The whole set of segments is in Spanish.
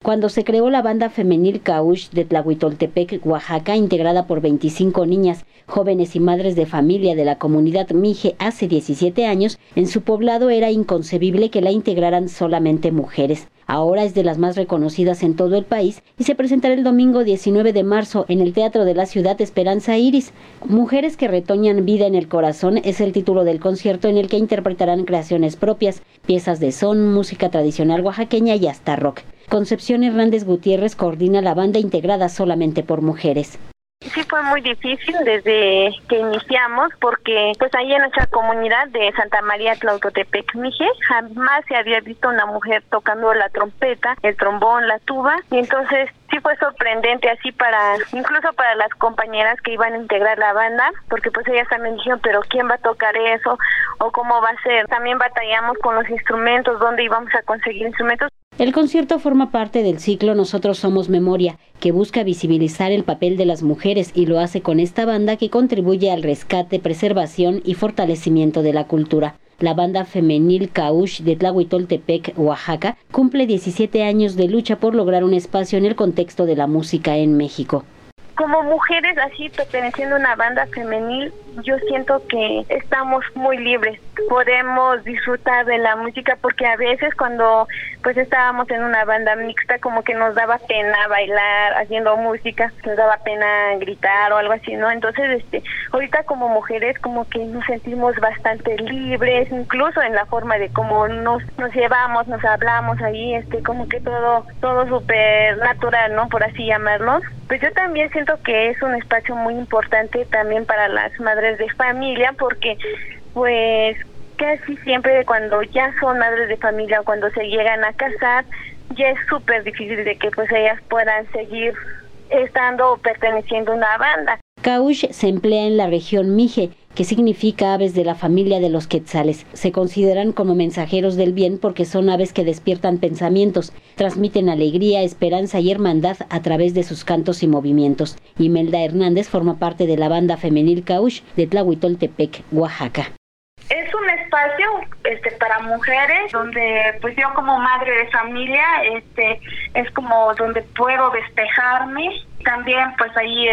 Cuando se creó la banda femenil Caush de Tlahuitoltepec, Oaxaca, integrada por 25 niñas, jóvenes y madres de familia de la comunidad Mije hace 17 años, en su poblado era inconcebible que la integraran solamente mujeres. Ahora es de las más reconocidas en todo el país y se presentará el domingo 19 de marzo en el Teatro de la Ciudad Esperanza Iris. Mujeres que retoñan vida en el corazón es el título del concierto, en el que interpretarán creaciones propias, piezas de son, música tradicional oaxaqueña y hasta rock. Concepción Hernández Gutiérrez coordina la banda, integrada solamente por mujeres. Sí, fue muy difícil desde que iniciamos, porque pues ahí en nuestra comunidad de Santa María Tlahuitoltepec, Mije, jamás se había visto una mujer tocando la trompeta, el trombón, la tuba, y entonces sí fue sorprendente así incluso para las compañeras que iban a integrar la banda, porque pues ellas también dijeron, pero ¿quién va a tocar eso? ¿O cómo va a ser? También batallamos con los instrumentos, ¿dónde íbamos a conseguir instrumentos? El concierto forma parte del ciclo Nosotros Somos Memoria, que busca visibilizar el papel de las mujeres, y lo hace con esta banda que contribuye al rescate, preservación y fortalecimiento de la cultura. La banda femenil Caush de Tlahuitoltepec, Oaxaca, cumple 17 años de lucha por lograr un espacio en el contexto de la música en México. Como mujeres, así perteneciendo a una banda femenil, yo siento que estamos muy libres. Podemos disfrutar de la música, porque a veces cuando pues estábamos en una banda mixta, como que nos daba pena bailar haciendo música, nos daba pena gritar o algo así, ¿no? Entonces, ahorita como mujeres como que nos sentimos bastante libres, incluso en la forma de cómo nos llevamos, nos hablamos ahí, como que todo súper natural, ¿no? Por así llamarlo. Pues yo también siento que es un espacio muy importante también para las madres de familia, porque pues casi siempre cuando ya son madres de familia o cuando se llegan a casar, ya es súper difícil de que pues ellas puedan seguir estando o perteneciendo a una banda. Caush se emplea en la región Mije, que significa aves de la familia de los quetzales. Se consideran como mensajeros del bien porque son aves que despiertan pensamientos, transmiten alegría, esperanza y hermandad a través de sus cantos y movimientos. Imelda Hernández forma parte de la banda femenil Caush de Tlahuitoltepec, Oaxaca. Es un espacio para mujeres donde pues yo como madre de familia es como donde puedo despejarme. También pues ahí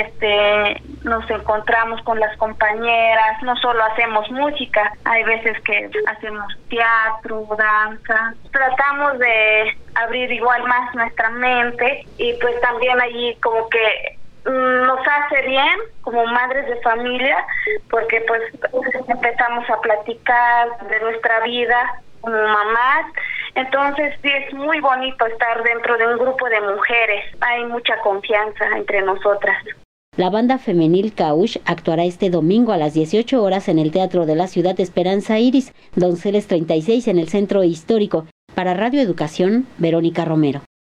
nos encontramos con las compañeras, no solo hacemos música, hay veces que hacemos teatro, danza. Tratamos de abrir igual más nuestra mente, y pues también allí como que nos hace bien como madres de familia, porque pues empezamos a platicar de nuestra vida como mamás. Entonces sí, es muy bonito estar dentro de un grupo de mujeres, hay mucha confianza entre nosotras. La banda femenil Caush actuará este domingo a las 18 horas en el Teatro de la Ciudad Esperanza Iris, Donceles 36, en el Centro Histórico. Para Radio Educación, Verónica Romero.